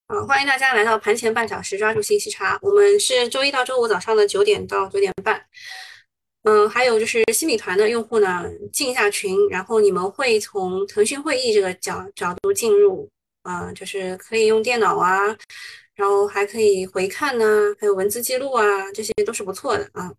欢迎大家来到盘前半小时，抓住信息差。我们是周一到周五早上的9点到9点半。还有就是新米团的用户呢，进一下群，然后你们会从腾讯会议这个角度进入，就是可以用电脑啊，然后还可以回看呢，还有文字记录啊，这些都是不错的啊。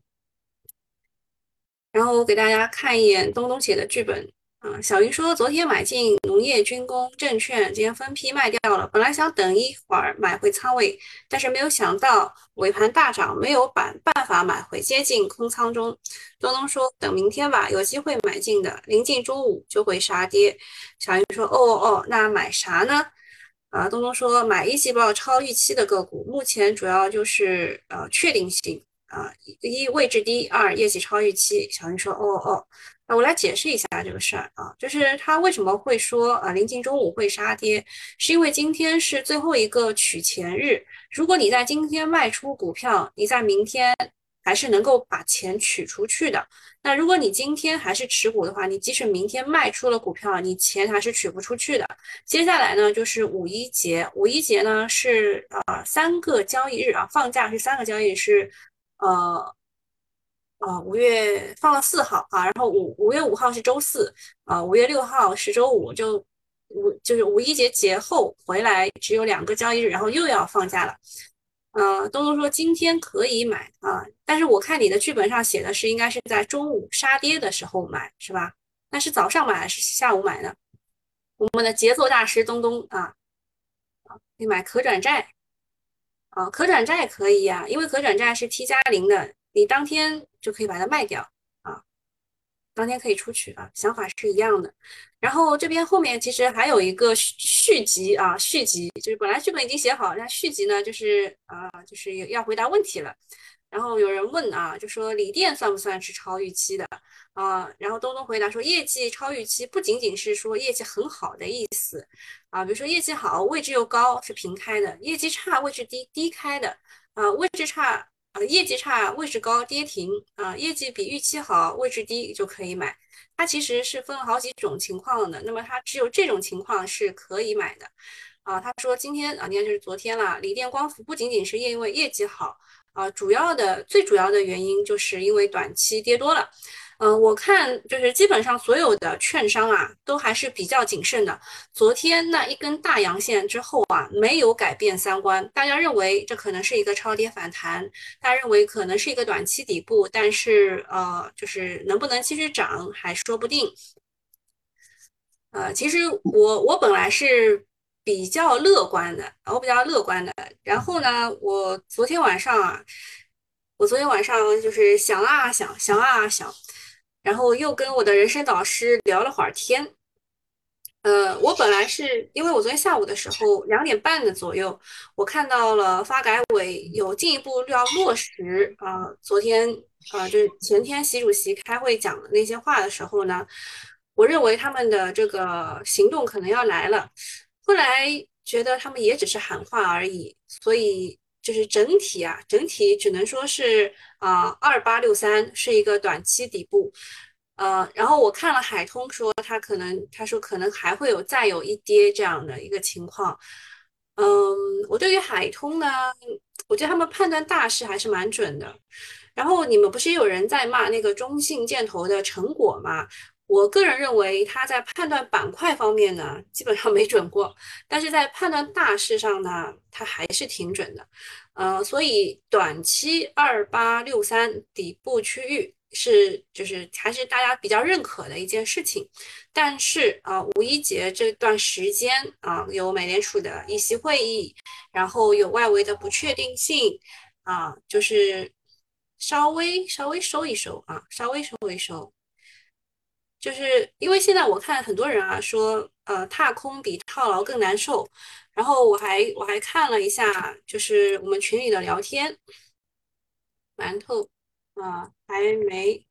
然后我给大家看一眼东东写的剧本小云说昨天买进农业军工证券，今天分批卖掉了。本来想等一会儿买回仓位，但是没有想到尾盘大涨，没有办法买回，接近空仓中。东东说等明天吧，有机会买进的，临近中午就会杀跌。小云说哦哦哦，那买啥呢？东东说买一季报超预期的个股，目前主要就是确定性一位置低，二业绩超预期。小云说哦哦，那我来解释一下这个事儿就是他为什么会说临近中午会杀跌，是因为今天是最后一个取钱日，如果你在今天卖出股票，你在明天还是能够把钱取出去的。那如果你今天还是持股的话，你即使明天卖出了股票，你钱还是取不出去的。接下来呢，就是五一节，五一节呢是三个交易日放假是三个交易日是呃5月放了4号然后5月5号是周四5月6号是周五，就是五一节后回来只有2个交易日，然后又要放假了。东东说今天可以买但是我看你的剧本上写的是应该是在中午杀跌的时候买是吧？那是早上买还是下午买呢？我们的节奏大师东东可以买可转债可转债可以因为可转债是 T+0的，你当天就可以把它卖掉啊，当天可以出去想法是一样的。然后这边后面其实还有一个续集续集就是本来剧本已经写好，那续集呢就是要回答问题了。然后有人问就说锂电算不算是超预期的然后东东回答说，业绩超预期不仅仅是说业绩很好的意思比如说业绩好，位置又高是平开的；业绩差，位置低低开的位置差业绩差，位置高跌停业绩比预期好，位置低就可以买。它其实是分了好几种情况的，那么它只有这种情况是可以买的他说今天你看就是昨天了，锂电光伏不仅仅是因为业绩好最主要的原因就是因为短期跌多了。我看就是基本上所有的券商都还是比较谨慎的。昨天那一根大阳线之后没有改变三观，大家认为这可能是一个超跌反弹，大家认为可能是一个短期底部，但是就是能不能继续涨还说不定。其实我本来是比较乐观的，我比较乐观的。然后呢，我昨天晚上就是想想，想想，然后又跟我的人生导师聊了会儿天。我本来是因为我昨天下午的时候2点半的左右，我看到了发改委有进一步要落实昨天就是前天习主席开会讲的那些话的时候呢，我认为他们的这个行动可能要来了。后来觉得他们也只是喊话而已，所以就是整体只能说是2863是一个短期底部。然后我看了海通说，他说可能还会再有一跌这样的一个情况。嗯，我对于海通呢，我觉得他们判断大势还是蛮准的。然后你们不是也有人在骂那个中信建投的成果吗？我个人认为他在判断板块方面呢，基本上没准过，但是在判断大势上呢，他还是挺准的。所以短期2863底部区域就是还是大家比较认可的一件事情。但是五一节这段时间有美联储的议息会议，然后有外围的不确定性就是稍微收一收稍微收一收。就是因为现在我看很多人说，踏空比套牢更难受。然后我还看了一下，就是我们群里的聊天，馒头还没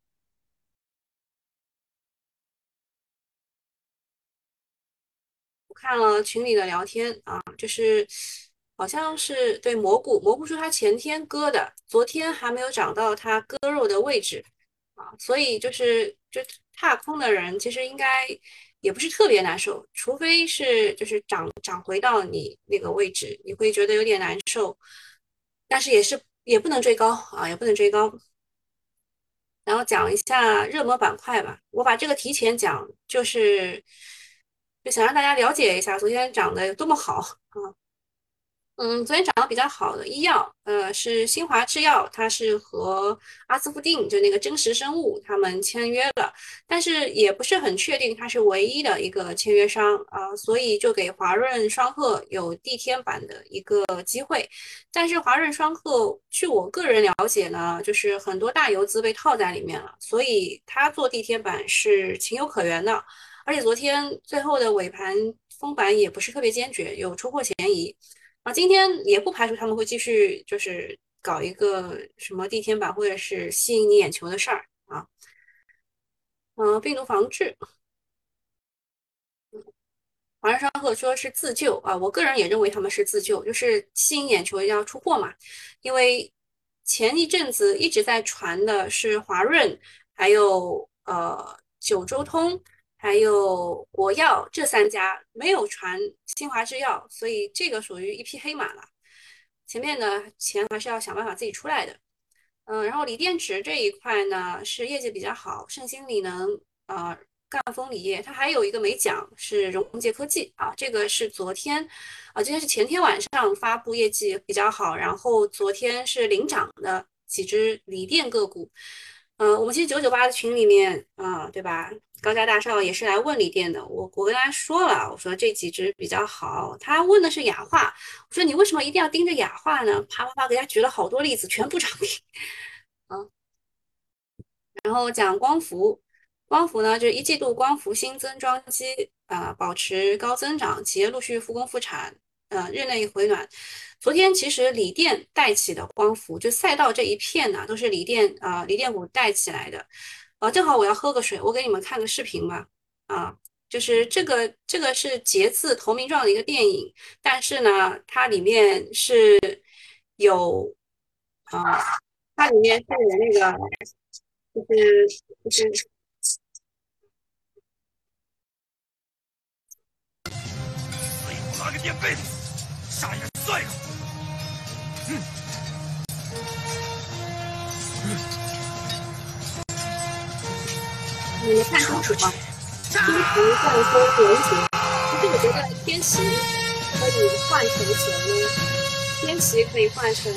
我看了群里的聊天就是好像是对蘑菇说他前天割的，昨天还没有涨到他割肉的位置所以就踏空的人其实应该也不是特别难受，除非是就是涨回到你那个位置，你会觉得有点难受，但是也不能追高啊，也不能追高。然后讲一下热门板块吧，我把这个提前讲，就想让大家了解一下昨天涨得有多么好啊。昨天涨得比较好的医药，是新华制药，它是和阿斯夫定就那个真实生物他们签约了，但是也不是很确定它是唯一的一个签约商啊，所以就给华润双鹤有地天板的一个机会。但是华润双鹤，据我个人了解呢，就是很多大游资被套在里面了，所以它做地天板是情有可原的。而且昨天最后的尾盘封板也不是特别坚决，有出货嫌疑。啊，今天也不排除他们会继续就是搞一个什么地天板或者是吸引你眼球的事儿啊。病毒防治，华润商客说是自救啊，我个人也认为他们是自救，就是吸引眼球要出货嘛。因为前一阵子一直在传的是华润，还有九州通，还有国药这三家，没有传新华制药，所以这个属于一匹黑马了。前面的钱还是要想办法自己出来的。然后锂电池这一块呢是业绩比较好，盛兴锂能、赣锋锂业，它还有一个没讲是荣捷科技啊，这个是昨天今天是前天晚上发布业绩比较好，然后昨天是领涨的几只锂电个股。我们其实998的群里面对吧？高家大少也是来问锂电的，我跟他说了，我说这几只比较好，他问的是雅化，我说你为什么一定要盯着雅化呢？啪啪啪给他举了好多例子，全部涨停。啊。然后讲光伏，光伏呢，就是一季度光伏新增装机保持高增长，企业陆续复工复产，日内回暖。昨天其实锂电带起的光伏，就赛道这一片呢，都是锂电股带起来的。正好我要喝个水，我给你们看个视频吧。啊、就是这个是节自投名状的一个电影，但是呢，它里面是有啊、它里面是有那个。就是所以我拉个垫背的，杀一个算一个。 你们看清楚吗？天齐上升连结，其实我觉得天齐可以换成什么呢？天齐可以换成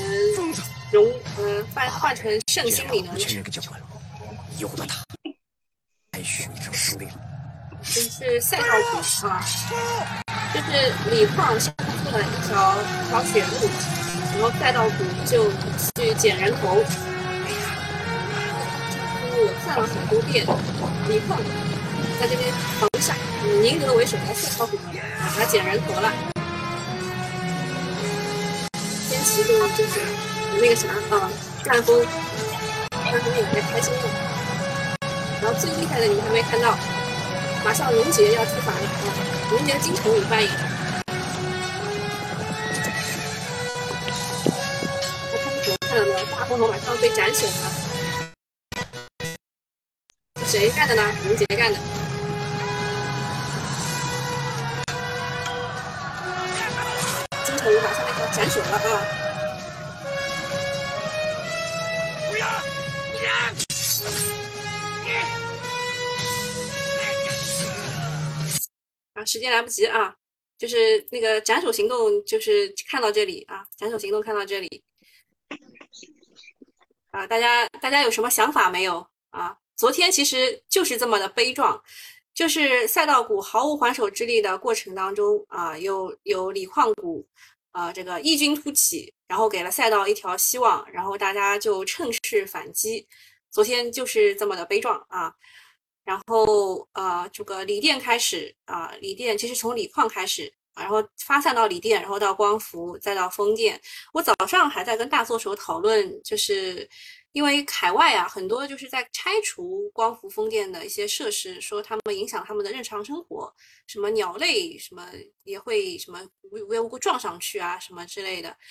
换成圣心理能者， 有了它，该选成输赢。 这是赛道股啊，就是锂矿杀出了一条血路，然后赛道股就去捡人头。哎呀，我看了很多遍，锂矿在这边防下，宁德为首的赛道股把它捡人头了。天齐就是那个啥赣锋也该开心了。然后最厉害的你们还没看到，马上龙杰要出发了啊！龙杰金城武扮演的。看到没有？大红龙马上被斩首了。谁干的呢？龙杰干的。金城武马上被他斩首了啊！ 不要！ 时间来不及啊，就是那个斩首行动，就是看到这里啊，斩首行动看到这里啊，大家有什么想法没有啊？昨天其实就是这么的悲壮，就是赛道股毫无还手之力的过程当中啊，有锂矿股这个异军突起，然后给了赛道一条希望，然后大家就趁势反击。昨天就是这么的悲壮啊。然后这个锂电开始锂电其实从锂矿开始然后发散到锂电，然后到光伏，再到风电。我早上还在跟大作手讨论，就是因为海外很多就是在拆除光伏风电的一些设施，说他们影响他们的日常生活，什么鸟类什么也会什么无缘无故撞上去什么之类的。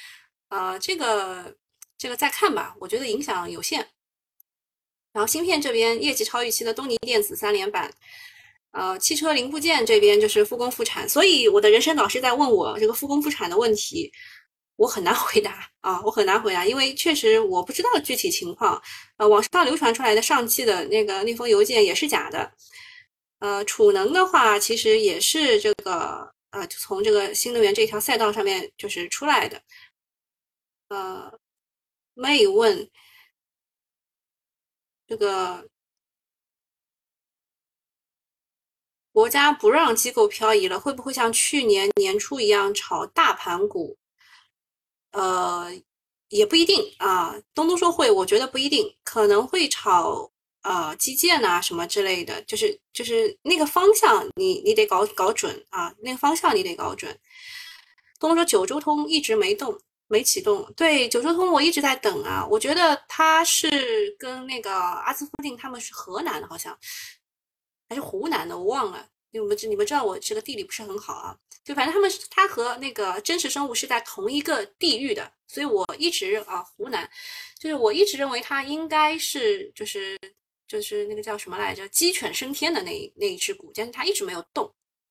这个再看吧，我觉得影响有限。然后芯片这边业绩超预期的东尼电子3连板， 汽车零部件这边就是复工复产，所以我的人生导师在问我这个复工复产的问题，我很难回答啊，我很难回答，因为确实我不知道具体情况。网上流传出来的上汽的那封邮件也是假的。储能的话，其实也是这个从这个新能源这条赛道上面就是出来的。呃，妹问这个国家不让机构漂移了，会不会像去年年初一样炒大盘股？呃，也不一定啊。东东说会，我觉得不一定，可能会炒基建呐、什么之类的，就是那个方向你得搞准啊，那个方向你得搞准。东东说九州通一直没动，没启动。对，九州通我一直在等啊，我觉得它是跟那个阿斯夫定他们是河南的，好像还是湖南的，我忘了。你们知道我这个地理不是很好啊，就反正他和那个真实生物是在同一个地域的，所以我一直湖南，就是我一直认为它应该是就是那个叫什么来着，鸡犬升天的那一只股，但是它一直没有动。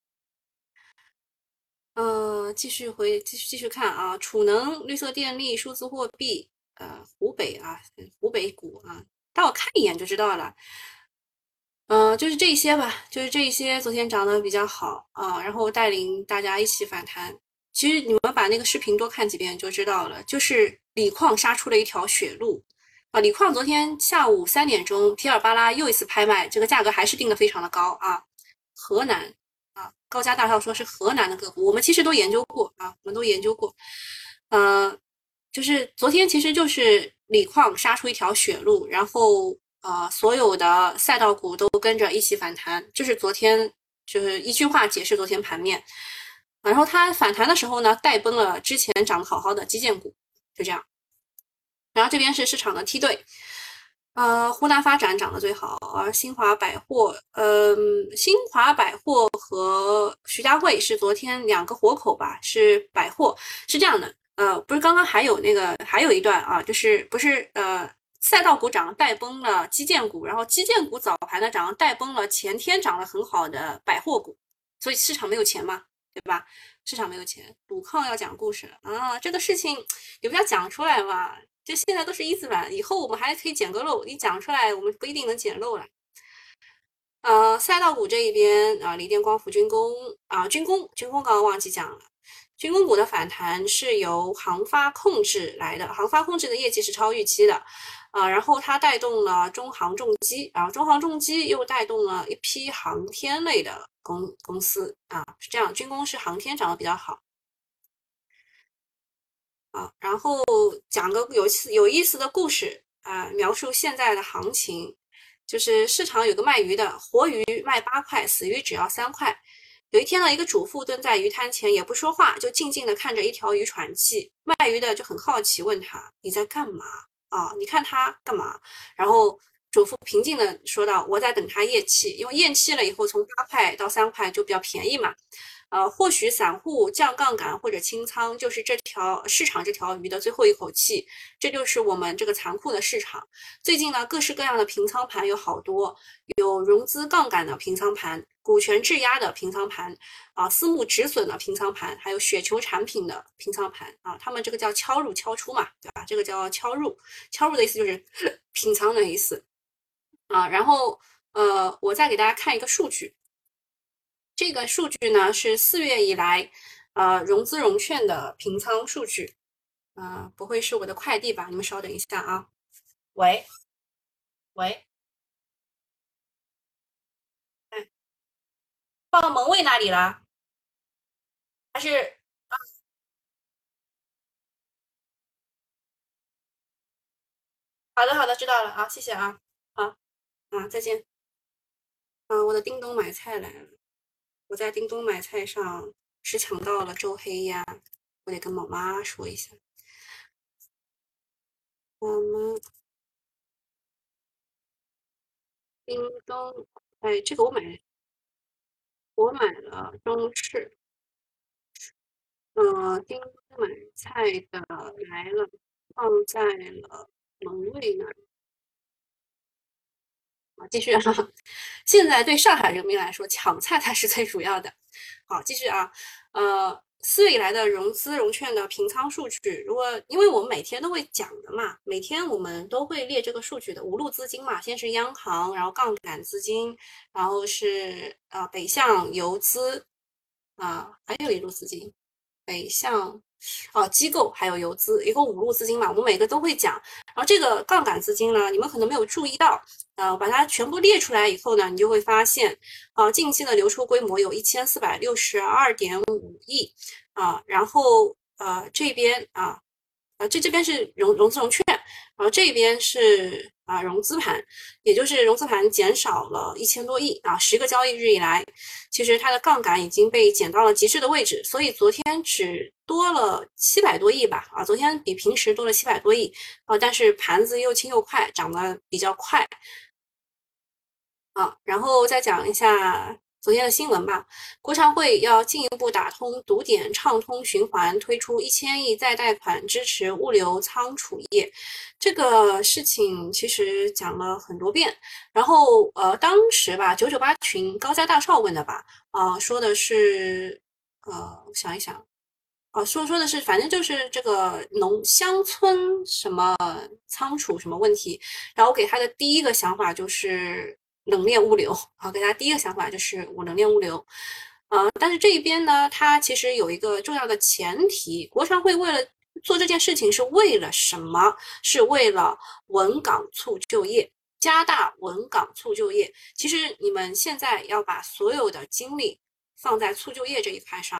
继续看啊，储能、绿色电力、数字货币，湖北股啊，但我看一眼就知道了。就是这些吧，就是这些，昨天涨得比较好啊，然后带领大家一起反弹。其实你们把那个视频多看几遍就知道了，就是锂矿杀出了一条血路啊！锂矿昨天下午3点钟，皮尔巴拉又一次拍卖，这个价格还是定的非常的高啊。河南高家大少说是河南的个股，我们其实都研究过啊，我们都研究过。呃，就是昨天其实就是锂矿杀出一条血路，然后所有的赛道股都跟着一起反弹，就是昨天就是一句话解释昨天盘面。然后它反弹的时候呢，带崩了之前涨得好好的基建股，就这样。然后这边是市场的梯队，湖南发展涨得最好，而新华百货，新华百货和徐家汇是昨天两个活口吧？是百货，是这样的，不是刚刚还有一段啊，就是不是赛道股涨带崩了基建股，然后基建股早盘的涨带崩了前天涨得很好的百货股，所以市场没有钱嘛，对吧？市场没有钱，赌抗要讲故事了啊！这个事情你不要讲出来嘛，就现在都是一字板，以后我们还可以捡个漏，你讲出来，我们不一定能捡漏了。赛道股这一边锂电、光伏、军工军工刚刚忘记讲了，军工股的反弹是由航发控制来的，航发控制的业绩是超预期的，然后它带动了中航重机，然后中航重机又带动了一批航天类的公司啊，是这样，军工是航天涨得比较好。然后讲个有意思的故事描述现在的行情，就是市场有个卖鱼的，活鱼卖8块，死鱼只要3块。有一天呢，一个主妇蹲在鱼摊前，也不说话，就静静地看着一条鱼喘气。卖鱼的就很好奇，问他：“你在干嘛？啊，你看他干嘛？”然后主妇平静地说道：“我在等它咽气，因为咽气了以后，从8块到3块就比较便宜嘛。”或许散户降杠杆或者清仓，就是这条市场这条鱼的最后一口气。这就是我们这个残酷的市场。最近呢，各式各样的平仓盘有好多，有融资杠杆的平仓盘，股权质押的平仓盘，私募止损的平仓盘，还有雪球产品的平仓盘啊。他们这个叫敲入敲出嘛，对吧？这个叫敲入，敲入的意思就是平仓的意思啊。然后我再给大家看一个数据。这个数据呢是4月以来，融资融券的平仓数据，不会是我的快递吧？你们稍等一下啊。喂喂，哎，放到门卫那里了？还是好的好的，知道了啊，谢谢啊，好再见。我的叮咚买菜来了，我在叮咚买菜上是抢到了周黑鸭，我得跟妈妈说一下。我们叮咚，哎，这个我买了中式。叮咚买菜的来了，放在了门卫那里。 继续啊，现在对上海人民来说，抢菜才是最主要的。好，继续啊，4月以来的融资融券的平仓数据，如果因为我们每天都会讲的嘛，每天我们都会列这个数据的，无路资金嘛，先是央行，然后杠杆资金，然后是北向游资还有一路资金，北向机构还有游资，一共5路资金嘛，我们每个都会讲。然后这个杠杆资金呢，你们可能没有注意到，把它全部列出来以后呢，你就会发现，近期的流出规模有1462.5亿然后这边这边是融资融券，然后这边是融资盘，也就是融资盘减少了1000多亿10个交易日以来，其实它的杠杆已经被减到了极致的位置，所以昨天只多了700多亿吧昨天比平时多了700多亿但是盘子又轻又快，涨得比较快然后再讲一下昨天的新闻吧，国常会要进一步打通堵点畅通循环，推出1000亿再贷款支持物流仓储业。这个事情其实讲了很多遍，然后当时吧998群高家大少问的吧，说的是我想一想。说的是，反正就是这个乡村什么仓储什么问题，然后我给他的第一个想法就是冷链物流给他第一个想法就是冷链物流，但是这一边呢，它其实有一个重要的前提，国常会为了做这件事情是为了什么？是为了稳岗促就业，加大稳岗促就业。其实你们现在要把所有的精力放在促就业这一块上。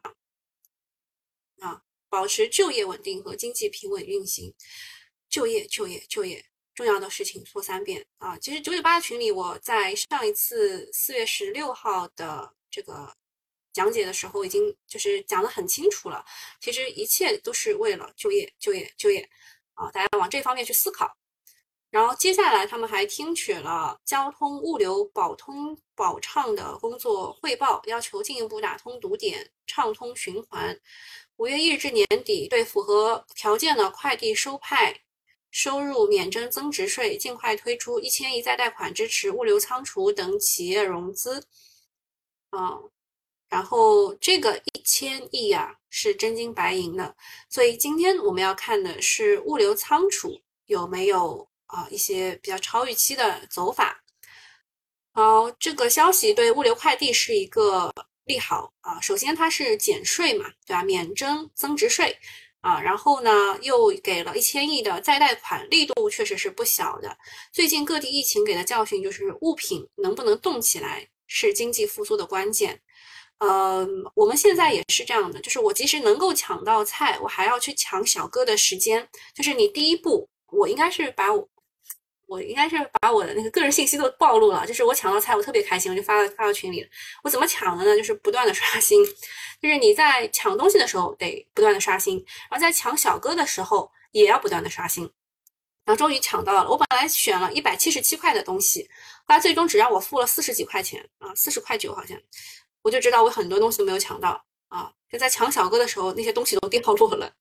保持就业稳定和经济平稳运行。就业，就业，就业，重要的事情说3遍其实998群里，我在上一次4月16号的这个讲解的时候，已经就是讲得很清楚了。其实一切都是为了就业，就业，就业大家往这方面去思考。然后接下来他们还听取了交通物流保畅的工作汇报，要求进一步打通堵点，畅通循环。5月1日至年底，对符合条件的快递收派收入免征增值税，尽快推出1000亿再贷款支持物流仓储等企业融资。然后这个1000亿是真金白银的，所以今天我们要看的是物流仓储有没有一些比较超预期的走法。好，这个消息对物流快递是一个利好首先它是减税嘛，对吧？免征增值税然后呢又给了1000亿的再贷款，力度确实是不小的。最近各地疫情给的教训就是物品能不能动起来是经济复苏的关键。我们现在也是这样的，就是我即使能够抢到菜，我还要去抢小哥的时间。就是你第一步，我应该是把我的那个个人信息都暴露了，就是我抢到菜，我特别开心，我就发到群里。我怎么抢的呢？就是不断的刷新，就是你在抢东西的时候得不断的刷新，然后在抢小哥的时候也要不断的刷新。然后终于抢到了，我本来选了177块的东西，后来最终只让我付了40几块钱40块9好像，我就知道我很多东西都没有抢到就在抢小哥的时候，那些东西都掉落了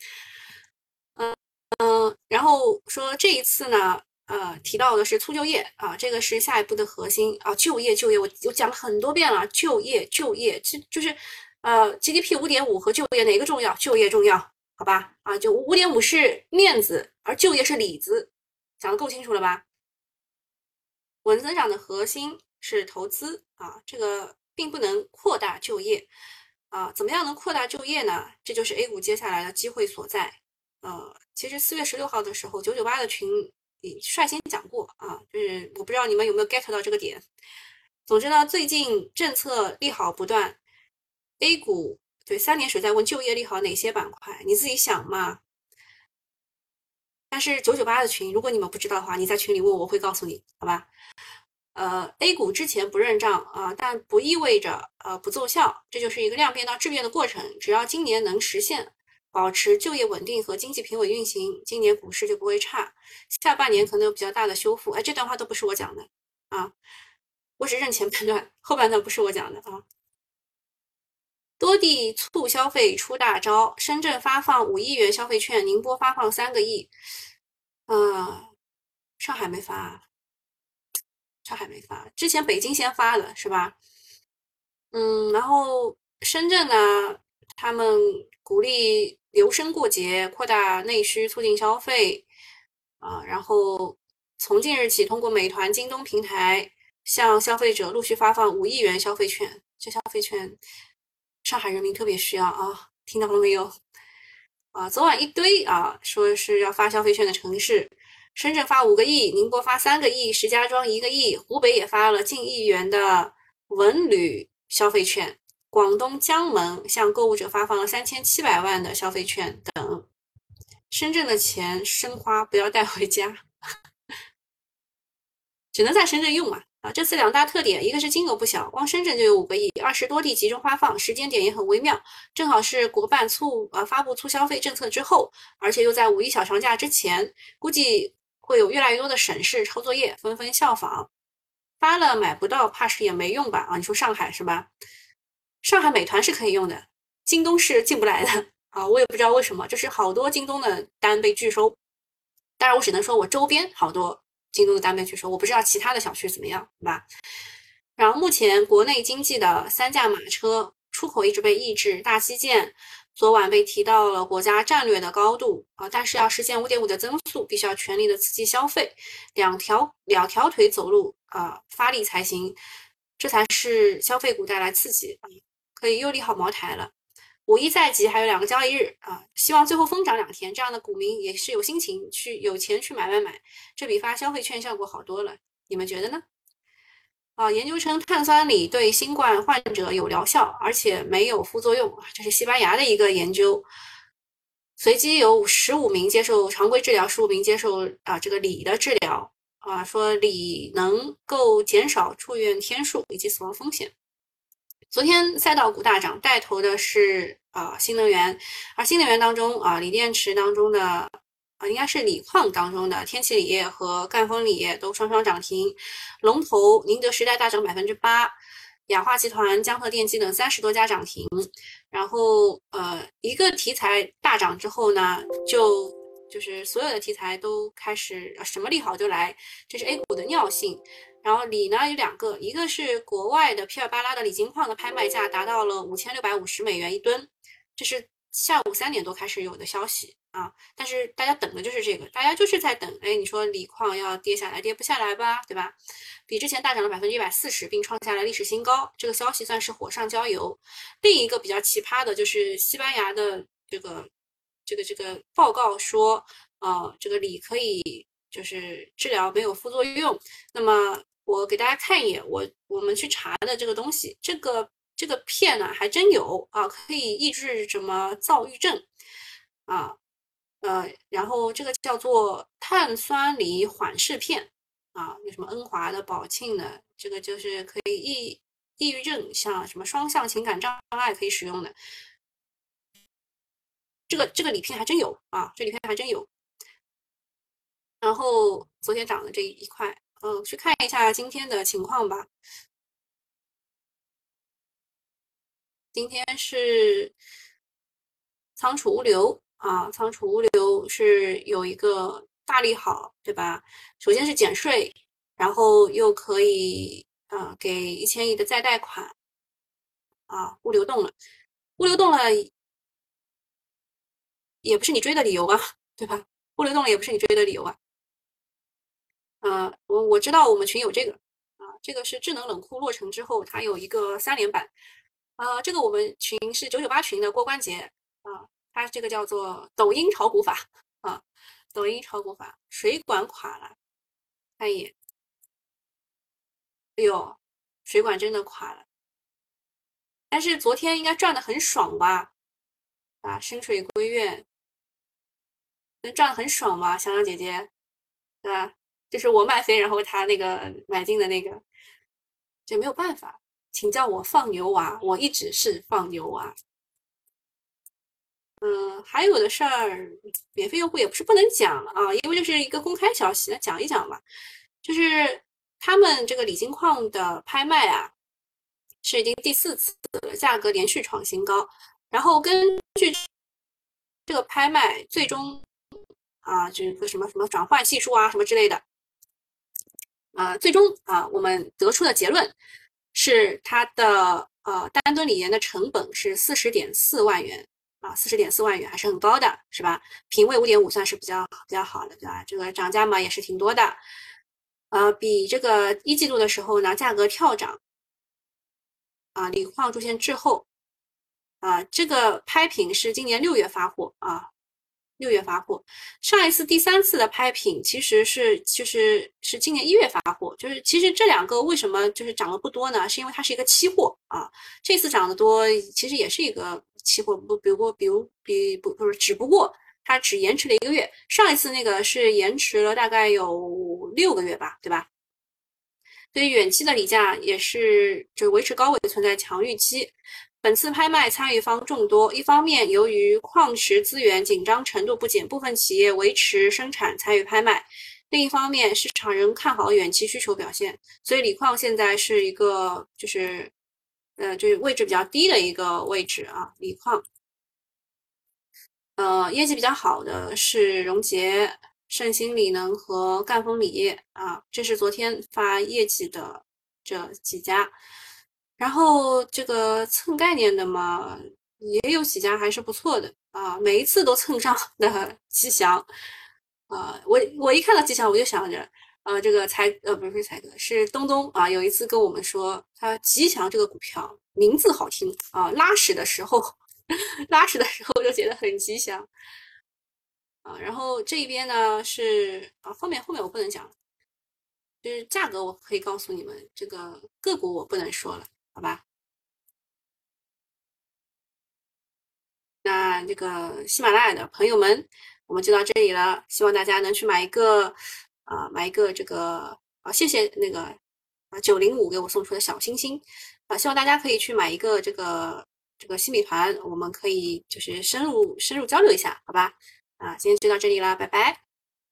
然后说这一次呢，提到的是促就业这个是下一步的核心就业就业，我讲了很多遍了，就业就业，就是GDP 5.5和就业哪个重要？就业重要，好吧就5.5是面子，而就业是里子，讲得够清楚了吧？稳增长的核心是投资这个并不能扩大就业怎么样能扩大就业呢？这就是 A 股接下来的机会所在。其实4月16号的时候，998的群率先讲过就是我不知道你们有没有 get 到这个点。总之呢，最近政策利好不断 ，A 股对3点水在问就业利好哪些板块，你自己想嘛。但是998的群，如果你们不知道的话，你在群里问我会告诉你，好吧？A 股之前不认账但不意味着不奏效，这就是一个量变到质变的过程。只要今年能实现保持就业稳定和经济平稳运行，今年股市就不会差。下半年可能有比较大的修复。这段话都不是我讲的我只认前半段，后半段不是我讲的多地促消费出大招，深圳发放5亿元消费券，宁波发放3个亿，上海没发上海没发，之前北京先发的是吧？然后深圳呢，他们鼓励留深过节，扩大内需，促进消费然后从近日起，通过美团、京东平台向消费者陆续发放5亿元消费券。这消费券，上海人民特别需要啊！听到了没有？昨晚一堆说是要发消费券的城市，深圳发5个亿，宁波发3个亿，石家庄1个亿，湖北也发了近1亿元的文旅消费券，广东江门向购物者发放了3700万的消费券等。深圳的钱生花，不要带回家，只能在深圳用嘛。这次2大特点，一个是金额不小，光深圳就有5个亿，20多地集中发放，时间点也很微妙，正好是国办发布促消费政策之后，而且又在5一小长假之前，估计会有越来越多的省市抄作业，纷纷效仿。发了买不到，怕是也没用吧？你说上海是吧？上海美团是可以用的，京东是进不来的我也不知道为什么，就是好多京东的单被拒收。当然，我只能说我周边好多京东的单被拒收，我不知道其他的小区怎么样，对吧？然后目前国内经济的3驾马车，出口一直被抑制，大基建昨晚被提到了国家战略的高度但是要实现5.5的增速，必须要全力的刺激消费，两条腿走路发力才行，这才是消费股带来刺激可以又利好茅台了。5一在即，还有2个交易日希望最后疯涨2天，这样的股民也是有心情有钱去买，这比发消费券效果好多了，你们觉得呢？研究称碳酸锂对新冠患者有疗效，而且没有副作用这是西班牙的一个研究。随机有15名接受常规治疗，15名接受这个锂的治疗说锂能够减少住院天数以及死亡风险。昨天赛道股大涨，带头的是新能源，而新能源当中锂电池当中的应该是锂矿当中的天齐锂业和赣锋锂业都双双涨停，龙头宁德时代大涨8%，雅化集团、江河电机等30多家涨停。然后一个题材大涨之后呢，就是所有的题材都开始什么利好就来，这是 A 股的尿性。然后锂呢有2个，一个是国外的皮尔巴拉的锂金矿的拍卖价达到了$5650一吨，这是下午3点多开始有的消息但是大家等的就是这个，大家就是在等，你说锂矿要跌下来，跌不下来吧，对吧？比之前大涨了140%，并创下了历史新高，这个消息算是火上浇油。另一个比较奇葩的就是西班牙的这个报告说，这个锂可以就是治疗没有副作用，那么我给大家看一眼我们去查的这个东西，这个片呢还真有可以抑制什么躁郁症然后这个叫做碳酸锂缓释片有什么恩华的、宝庆的，这个就是可以抑郁症，像什么双向情感障碍可以使用的。这个锂片还真有这锂片还真有。然后昨天涨的这一块，去看一下今天的情况吧。今天是仓储物流仓储物流是有一个大利好，对吧？首先是减税，然后又可以给1000亿的再贷款物流动了，物流动了也不是你追的理由对吧？物流动了也不是你追的理由我知道我们群有这个这个是智能冷库落成之后，它有一个3连板这个我们群是998群的郭关杰它这个叫做抖音炒股法抖音炒股法，水管垮了，看一眼，哎呦，水管真的垮了，但是昨天应该赚的很爽吧？深水归院，能赚的很爽吧？香香姐姐，对吧？就是我卖飞，然后他那个买进的那个，这没有办法，请叫我放牛娃，我一直是放牛娃。还有的事儿，免费用户也不是不能讲了因为这是一个公开消息，那讲一讲吧。就是他们这个锂金矿的拍卖是已经第4次了，价格连续创新高。然后根据这个拍卖，最终这个什么转换系数什么之类的最终我们得出的结论是它的单吨锂盐的成本是40.4万元40.4万元还是很高的，是吧？平位5.5算是比较好的，对吧？这个涨价嘛也是挺多的，比这个一季度的时候呢价格跳涨，锂矿出现滞后，这个拍品是今年6月发货6月发货，上一次第3次的拍品其实是今年1月发货，就是其实这两个为什么就是涨得不多呢？是因为它是一个期货这次涨得多其实也是一个期货，只不过它只延迟了1个月，上一次那个是延迟了大概有6个月吧，对吧？对于远期的锂价也是就维持高位存在强预期。本次拍卖参与方众多，一方面由于矿石资源紧张程度不减，部分企业维持生产参与拍卖；另一方面，市场仍看好远期需求表现，所以锂矿现在是一个就是位置比较低的一个位置锂矿。业绩比较好的是荣捷、盛兴锂能和赣锋锂业这是昨天发业绩的这几家。然后这个蹭概念的嘛，也有几家还是不错的每一次都蹭上的吉祥我一看到吉祥我就想着这个不是才哥是东东有一次跟我们说他吉祥这个股票名字好听拉屎的时候就觉得很吉祥然后这一边呢是后面我不能讲，就是价格我可以告诉你们，这个个股我不能说了，好吧？那这个喜马拉雅的朋友们，我们就到这里了，希望大家能去买一个这个谢谢那个905给我送出的小星星希望大家可以去买一个这个新米团，我们可以就是深入交流一下，好吧？今天就到这里了，拜拜。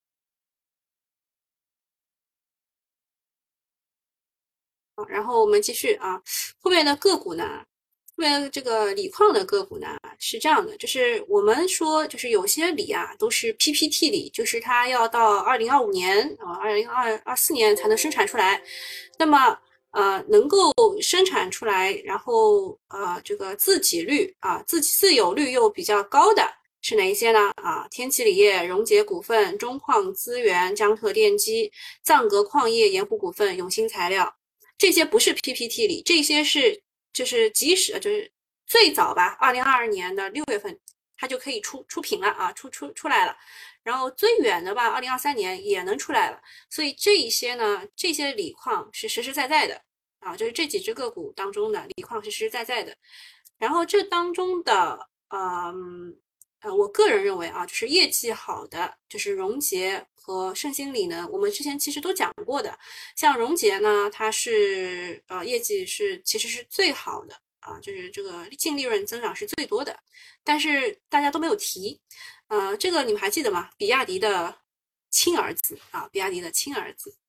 好，然后我们继续后面的个股呢？后面这个锂矿的个股呢是这样的，就是我们说就是有些锂都是 PPT 锂，就是它要到2025年2024年才能生产出来，那么能够生产出来，然后这个自给率自有率又比较高的是哪一些呢？天齐锂业、荣捷股份、中矿资源、江特电机、藏格矿业、盐湖股份、永兴材料。这些不是 PPT 锂，这些是就是即使就是最早吧，2022年的6月份它就可以出品了出来了，然后最远的吧，2023年也能出来了，所以这一些呢，这些锂矿是实实在在的就是这几只个股当中的锂矿是实实在在的，然后这当中的我个人认为就是业绩好的，就是荣捷和盛兴锂能，我们之前其实都讲过的。像荣捷呢，它是业绩其实是最好的就是这个净利润增长是最多的，但是大家都没有提。这个你们还记得吗？比亚迪的亲儿子比亚迪的亲儿子。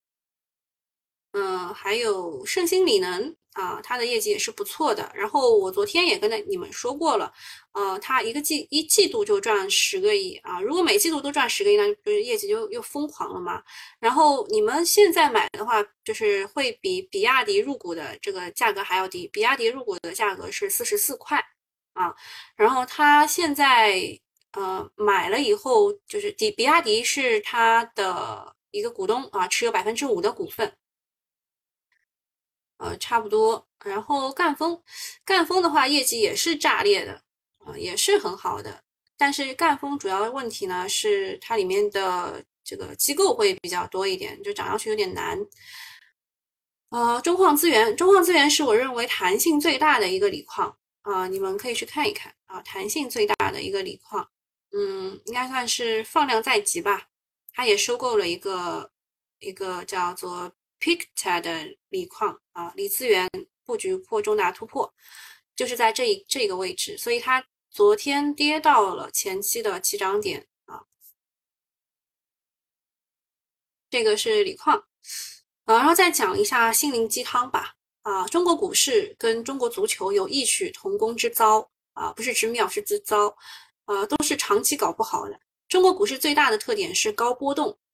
还有盛兴锂能它的业绩也是不错的。然后我昨天也跟你们说过了，它一季度就赚10个亿如果每季度都赚10个亿，那不是业绩就又疯狂了吗？然后你们现在买的话，就是会比比亚迪入股的这个价格还要低，比亚迪入股的价格是44块然后它现在买了以后，就是比亚迪是它的一个股东持有5%的股份。差不多。然后赣锋的话，业绩也是炸裂的，也是很好的。但是赣锋主要问题呢是它里面的这个机构会比较多一点，就涨上去有点难。中矿资源是我认为弹性最大的一个锂矿你们可以去看一看弹性最大的一个锂矿，应该算是放量在即吧。它也收购了一个叫做Picta 的锂矿锂资源布局破重大突破，就是在这个位置，所以它昨天跌到了前期的起涨点这个是锂矿然后再讲一下心灵鸡汤吧中国股市跟中国足球有异曲同工之糟不是之妙是之糟都是长期搞不好的。中国股市最大的特点是高波动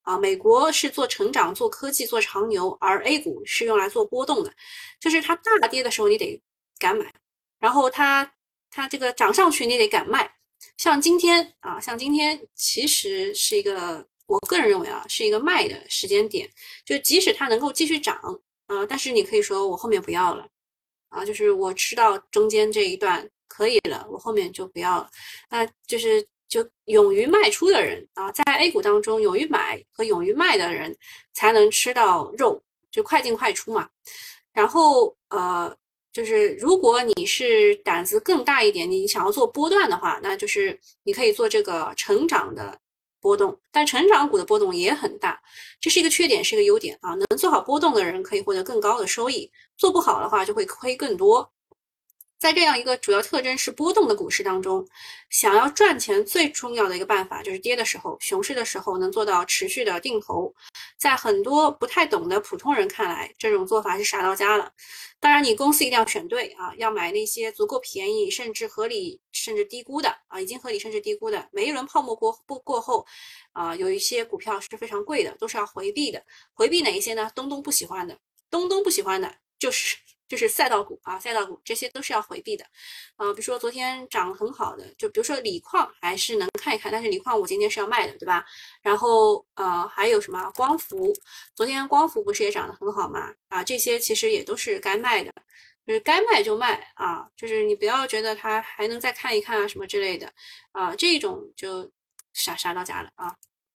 啊，美国是做成长、做科技、做长牛，而 A 股是用来做波动的，就是它大跌的时候你得敢买，然后它这个涨上去你得敢卖。像今天啊，像今天其实是一个，我个人认为啊，是一个卖的时间点，就即使它能够继续涨，但是你可以说我后面不要了。啊，就是我吃到中间这一段可以了，我后面就不要了。那就勇于卖出的人啊，在 A 股当中，勇于买和勇于卖的人才能吃到肉，就快进快出嘛。然后就是如果你是胆子更大一点，你想要做波段的话，那就是你可以做这个成长的波动，但成长股的波动也很大，这是一个缺点，是一个优点啊。能做好波动的人可以获得更高的收益，做不好的话就会亏更多。在这样一个主要特征是波动的股市当中，想要赚钱最重要的一个办法就是跌的时候、熊市的时候能做到持续的定投。在很多不太懂的普通人看来，这种做法是傻到家了。当然，你公司一定要选对啊，要买那些足够便宜、甚至合理、甚至低估的啊，已经合理甚至低估的。每一轮泡沫过后，有一些股票是非常贵的，都是要回避的。回避哪一些呢？东东不喜欢的，东东不喜欢的就是赛道股啊，赛道股这些都是要回避的，比如说昨天涨很好的，就比如说锂矿还是能看一看，但是锂矿我今天是要卖的，对吧？然后还有什么光伏，昨天光伏不是也涨得很好吗？啊，这些其实也都是该卖的，就是该卖就卖啊，就是你不要觉得它还能再看一看啊什么之类的，这种就傻到家了啊。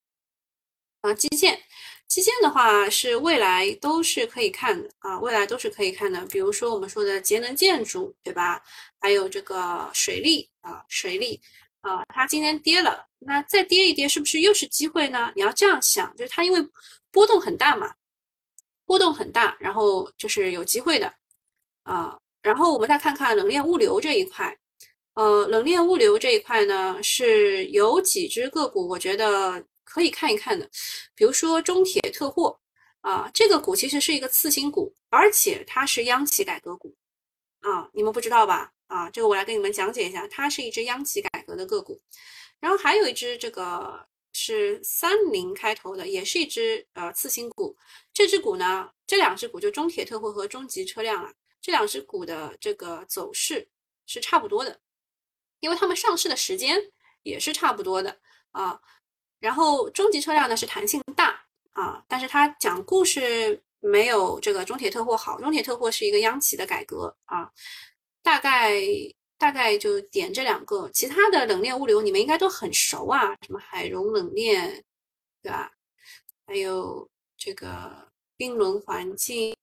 基建的话是未来都是可以看的啊，未来都是可以看的。比如说我们说的节能建筑，对吧？还有这个水利啊，水利啊，它今天跌了，那再跌一跌，是不是又是机会呢？你要这样想，就是它因为波动很大嘛，波动很大，然后就是有机会的啊。然后我们再看看冷链物流这一块，冷链物流这一块呢，是有几只个股，我觉得可以看一看的，比如说中铁特货啊，这个股其实是一个次新股，而且它是央企改革股啊，你们不知道吧？啊，这个我来跟你们讲解一下，它是一只央企改革的个股，然后还有一只这个是30开头的，也是一只次新股，这只股呢，这两只股就中铁特货和中集车辆啊，这两只股的这个走势是差不多的。因为他们上市的时间也是差不多的啊。然后中级车辆呢是弹性大啊，但是它讲故事没有这个中铁特货好。中铁特货是一个央企的改革啊，大概就点这两个，其他的冷链物流你们应该都很熟啊，什么海融冷链，对吧？还有这个冰轮环境。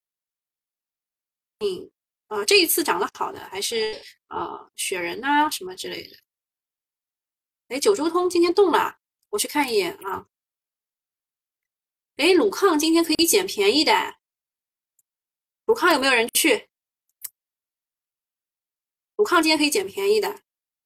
这一次涨得好的还是雪人啊什么之类的。哎，九州通今天动了，我去看一眼啊。哎，鲁抗今天可以捡便宜的，鲁抗有没有人去？鲁抗今天可以捡便宜的。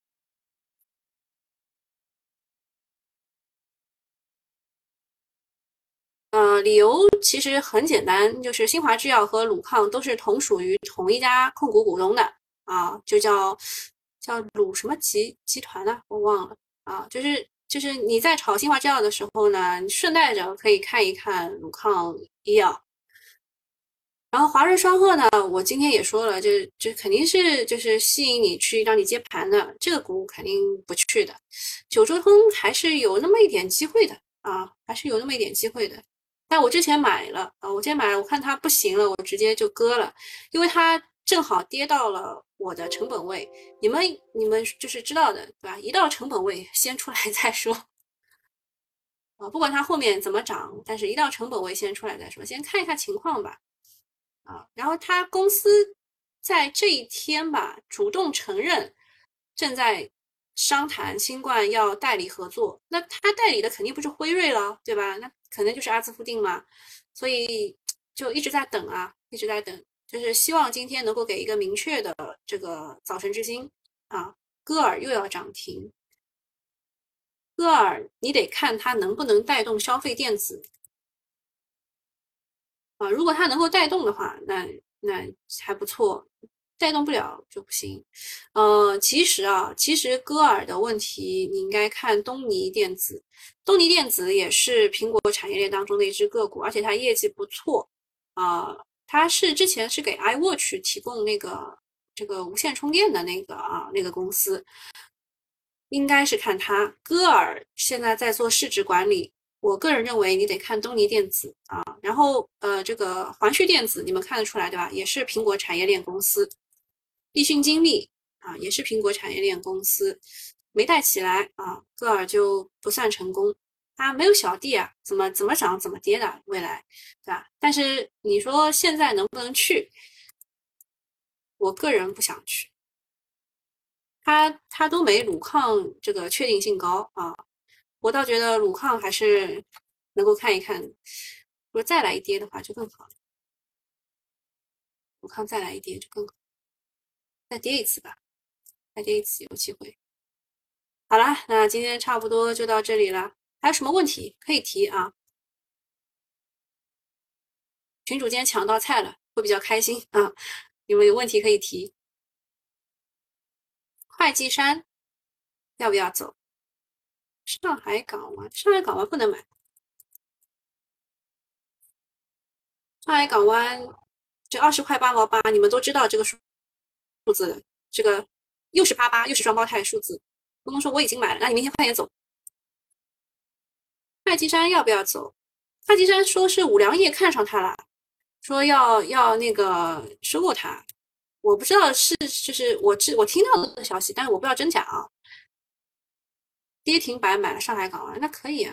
理由其实很简单，就是新华制药和鲁抗都是同属于同一家控股股东的啊，就叫鲁什么集团呢？我忘了啊，就是你在炒新华制药的时候呢，你顺带着可以看一看鲁抗医药。然后华润双鹤呢，我今天也说了，就肯定是就是吸引你去让你接盘的，这个股肯定不去的。九州通还是有那么一点机会的啊，还是有那么一点机会的。但我之前买了啊，我之前买了，我看它不行了，我直接就割了，因为它正好跌到了我的成本位。你们就是知道的，对吧？一到成本位先出来再说啊，不管它后面怎么涨，但是一到成本位先出来再说，先看一下情况吧。然后他公司在这一天吧，主动承认正在商谈新冠要代理合作，那他代理的肯定不是辉瑞了，对吧？那可能就是阿兹夫定嘛，所以就一直在等啊，一直在等，就是希望今天能够给一个明确的这个早晨之星啊。歌尔又要涨停，歌尔你得看它能不能带动消费电子。如果它能够带动的话，那还不错。 带动不了就不行。其实歌尔的问题，你应该看东尼电子。东尼电子也是苹果产业链当中的一只个股，而且它业绩不错它是之前是给 iWatch 提供这个无线充电的那个公司，应该是看它。歌尔现在在做市值管理，我个人认为你得看东尼电子然后这个环旭电子你们看得出来对吧？也是苹果产业链公司。立讯精密也是苹果产业链公司，没带起来歌尔就不算成功。它没有小弟怎么涨怎么跌的未来，对吧？但是你说现在能不能去？我个人不想去。它都没鲁抗这个确定性高我倒觉得鲁抗还是能够看一看。如果再来一跌的话就更好了，鲁抗再来一跌就更好，再跌一次吧，再跌一次有机会。好了，那今天差不多就到这里了。还有什么问题可以提群主今天抢到菜了，会比较开心你们有问题可以提。会稽山要不要走？上海港湾，上海港湾不能买。上海港湾这20块8毛8，你们都知道这个数字的，这个又是88，又是双胞胎数字。不能说我已经买了，那你明天快点走。会稽山要不要走？会稽山说是五粮液看上它了，说要那个收购它。我不知道就是我听到的消息，但是我不知道真假跌停板买了上海港湾，那可以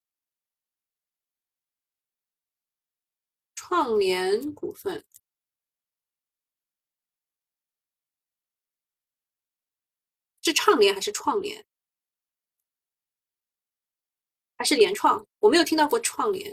创联股份是畅联还是创联还是联创？我没有听到过创联。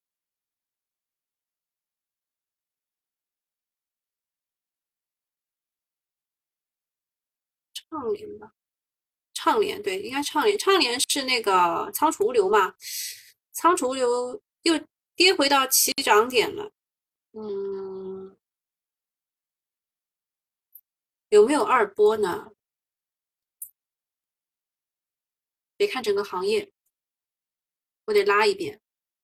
创联吧，畅联对，应该畅联。畅联是那个仓储物流嘛？仓储物流又跌回到起涨点了。有没有二波呢？得看整个行业，我得拉一遍。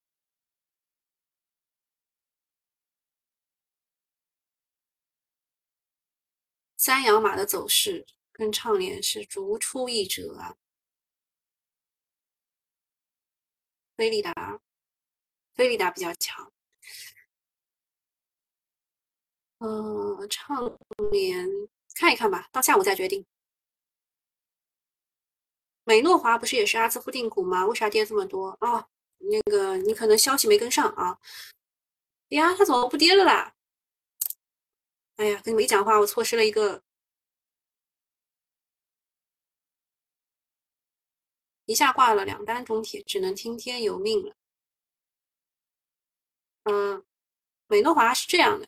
三洋马的走势跟畅联是如出一辙飞利达，飞利达比较强。畅联看一看吧，到下午再决定。美诺华不是也是阿兹夫定股吗？为啥跌这么多那个你可能消息没跟上呀，它怎么不跌了啦？哎呀，跟你们一讲话，我错失了一个一下挂了2单中铁，只能听天由命了。美诺华是这样的，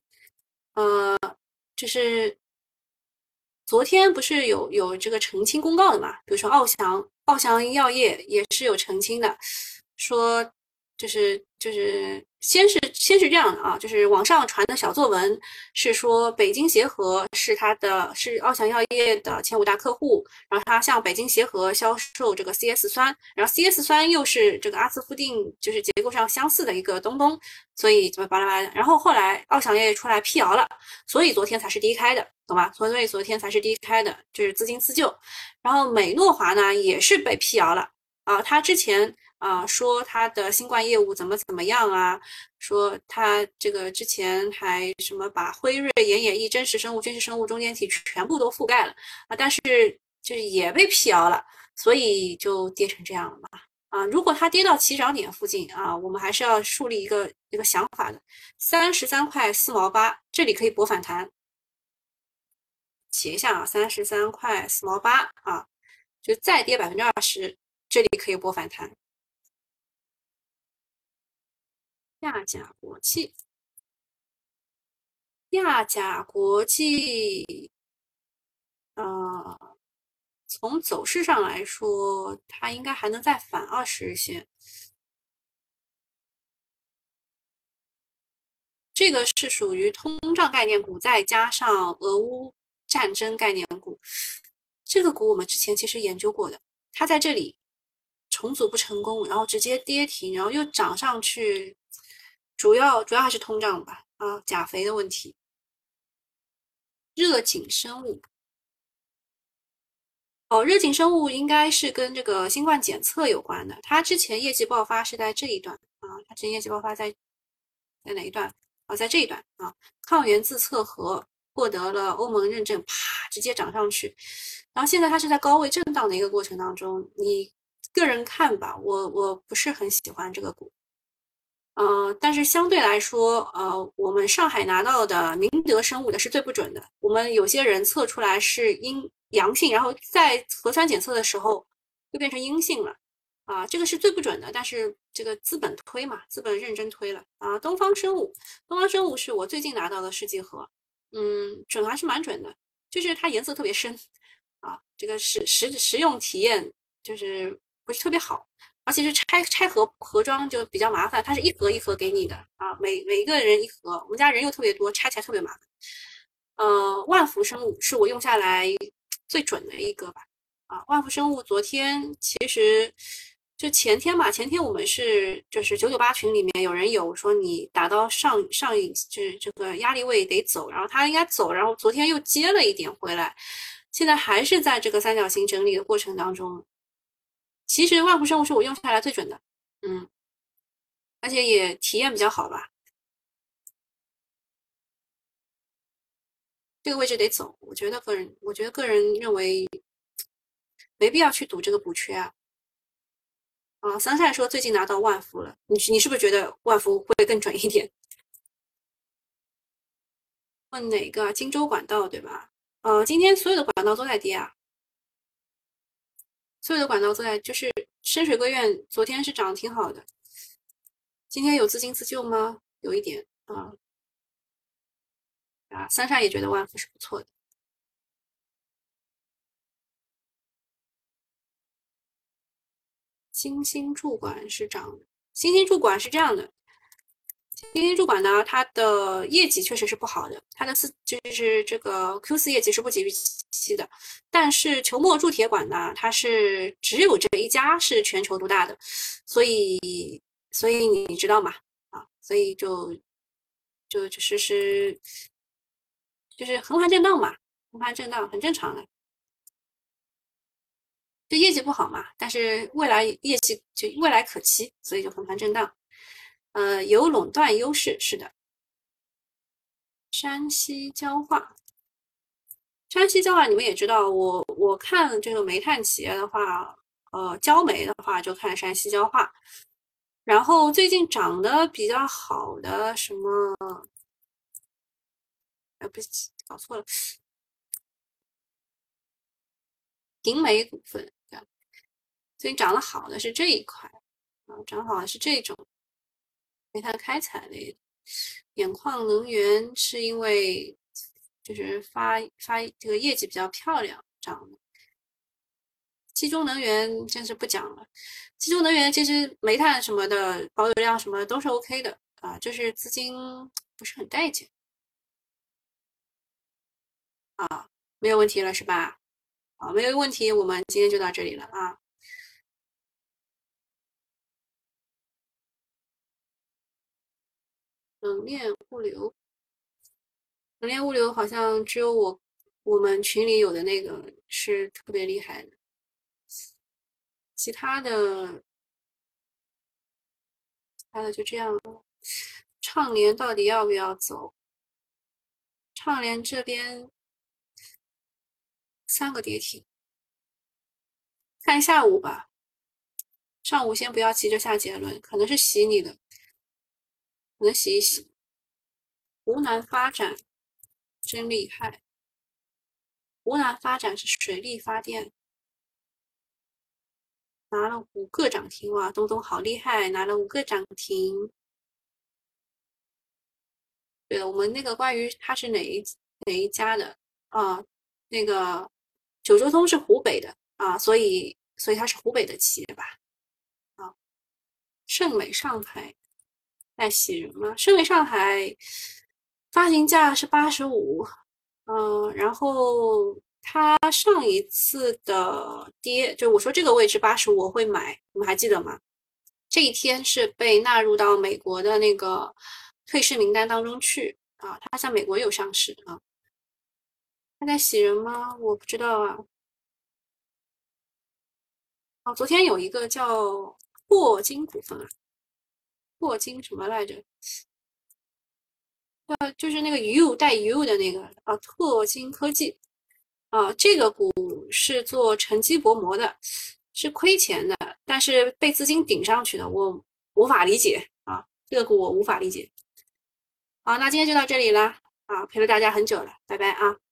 就是昨天不是有这个澄清公告的嘛？比如说奥翔药业也是有澄清的，说就是先是这样的就是网上传的小作文是说北京协和是奥翔药业的前5大客户，然后他向北京协和销售这个 CS 酸，然后 CS 酸又是这个阿斯夫定就是结构上相似的一个东，所以怎么巴拉巴拉，然后后来奥翔药业出来辟谣了，所以昨天才是低开的，懂吧？所以昨天才是低开的，就是资金自救。然后美诺华呢也是被辟谣了他之前说他的新冠业务怎么样说他这个之前还什么把辉瑞、盐野益、真实生物、军事生物中间体全部都覆盖了但是就是也被辟谣了，所以就跌成这样了嘛如果它跌到起涨点附近我们还是要树立一个想法的，33块4毛8，这里可以博反弹。写一下33块4毛8就再跌20%，这里可以博反弹。亚甲国际，亚甲国际，从走势上来说，它应该还能再反20日线。这个是属于通胀概念股，再加上俄乌战争概念股，这个股我们之前其实研究过的，它在这里重组不成功，然后直接跌停，然后又涨上去，主要还是通胀吧，钾肥的问题。热景生物，热景生物应该是跟这个新冠检测有关的，它之前业绩爆发是在这一段它之前业绩爆发在哪一段在这一段抗原自测盒获得了欧盟认证，啪，直接涨上去。然后现在它是在高位震荡的一个过程当中，你个人看吧，我不是很喜欢这个股。但是相对来说，我们上海拿到的明德生物的是最不准的。我们有些人测出来是阳性，然后在核酸检测的时候又变成阴性了，这个是最不准的。但是这个资本推嘛，资本认真推了东方生物是我最近拿到的试剂盒，准还是蛮准的，就是它颜色特别深这个实用体验就是不是特别好。而且是拆盒装就比较麻烦，它是一盒一盒给你的每一个人一盒，我们家人又特别多，拆起来特别麻烦。万福生物是我用下来最准的一个吧。万福生物昨天其实就前天我们就是998群里面有人有说你打到上影就是这个压力位得走，然后他应该走，然后昨天又接了一点回来，现在还是在这个三角形整理的过程当中。其实万福生物是我用下来最准的，而且也体验比较好吧。这个位置得走，我觉得个人认为没必要去赌这个补缺桑晒说最近拿到万福了，你是不是觉得万福会更准一点？问哪个？荆州管道对吧？今天所有的管道都在跌所有的管道都在，就是深水归院昨天是涨挺好的，今天有资金自救吗？有一点三煞也觉得万福是不错的。新兴注管是涨的，新兴注管是这样的，新兴注管呢，它的业绩确实是不好的，它的就是这个 Q4业绩是不及预期的，但是球墨铸铁管呢，它是只有这一家是全球独大的，所以你知道嘛所以就是横盘震荡嘛，横盘震荡很正常的。就业绩不好嘛，但是未来业绩就未来可期，所以就横盘震荡。有垄断优势，是的。山西焦化，你们也知道，我看这个煤炭企业的话，焦煤的话就看山西焦化。然后最近涨得比较好的什么，不是搞错了，银煤股份，最近涨得好的是这一块涨好的是这种煤炭开采类的。盐矿能源是因为就是发这个业绩比较漂亮涨的。集中能源真是不讲了，集中能源其实煤炭什么的保有量什么都是 OK 的就是资金不是很待见没有问题了是吧？没有问题，我们今天就到这里了冷链物流，冷链物流好像只有我们群里有的那个是特别厉害的，其他的就这样了。畅联到底要不要走？畅联这边3个跌停，看下午吧。上午先不要急着下结论，可能是洗你的，可能洗一洗。湖南发展真厉害，湖南发展是水力发电，拿了5个涨停哇！东东好厉害，拿了5个涨停。对了，我们那个关于它是哪一家的那个九州通是湖北的所以它是湖北的企业吧盛美上海在洗人吗？盛美上海发行价是85 然后它上一次的跌，就我说这个位置85我会买，你们还记得吗？这一天是被纳入到美国的那个退市名单当中去啊，它在美国有上市啊。它在洗人吗？我不知道啊。哦，昨天有一个叫霍金股份啊，霍金什么来着？就是那个 U 带 U 的那个啊，拓金科技啊，这个股是做沉积薄膜的，是亏钱的，但是被资金顶上去的，我无法理解啊，这个股我无法理解。好，那今天就到这里了啊，陪了大家很久了，拜拜啊。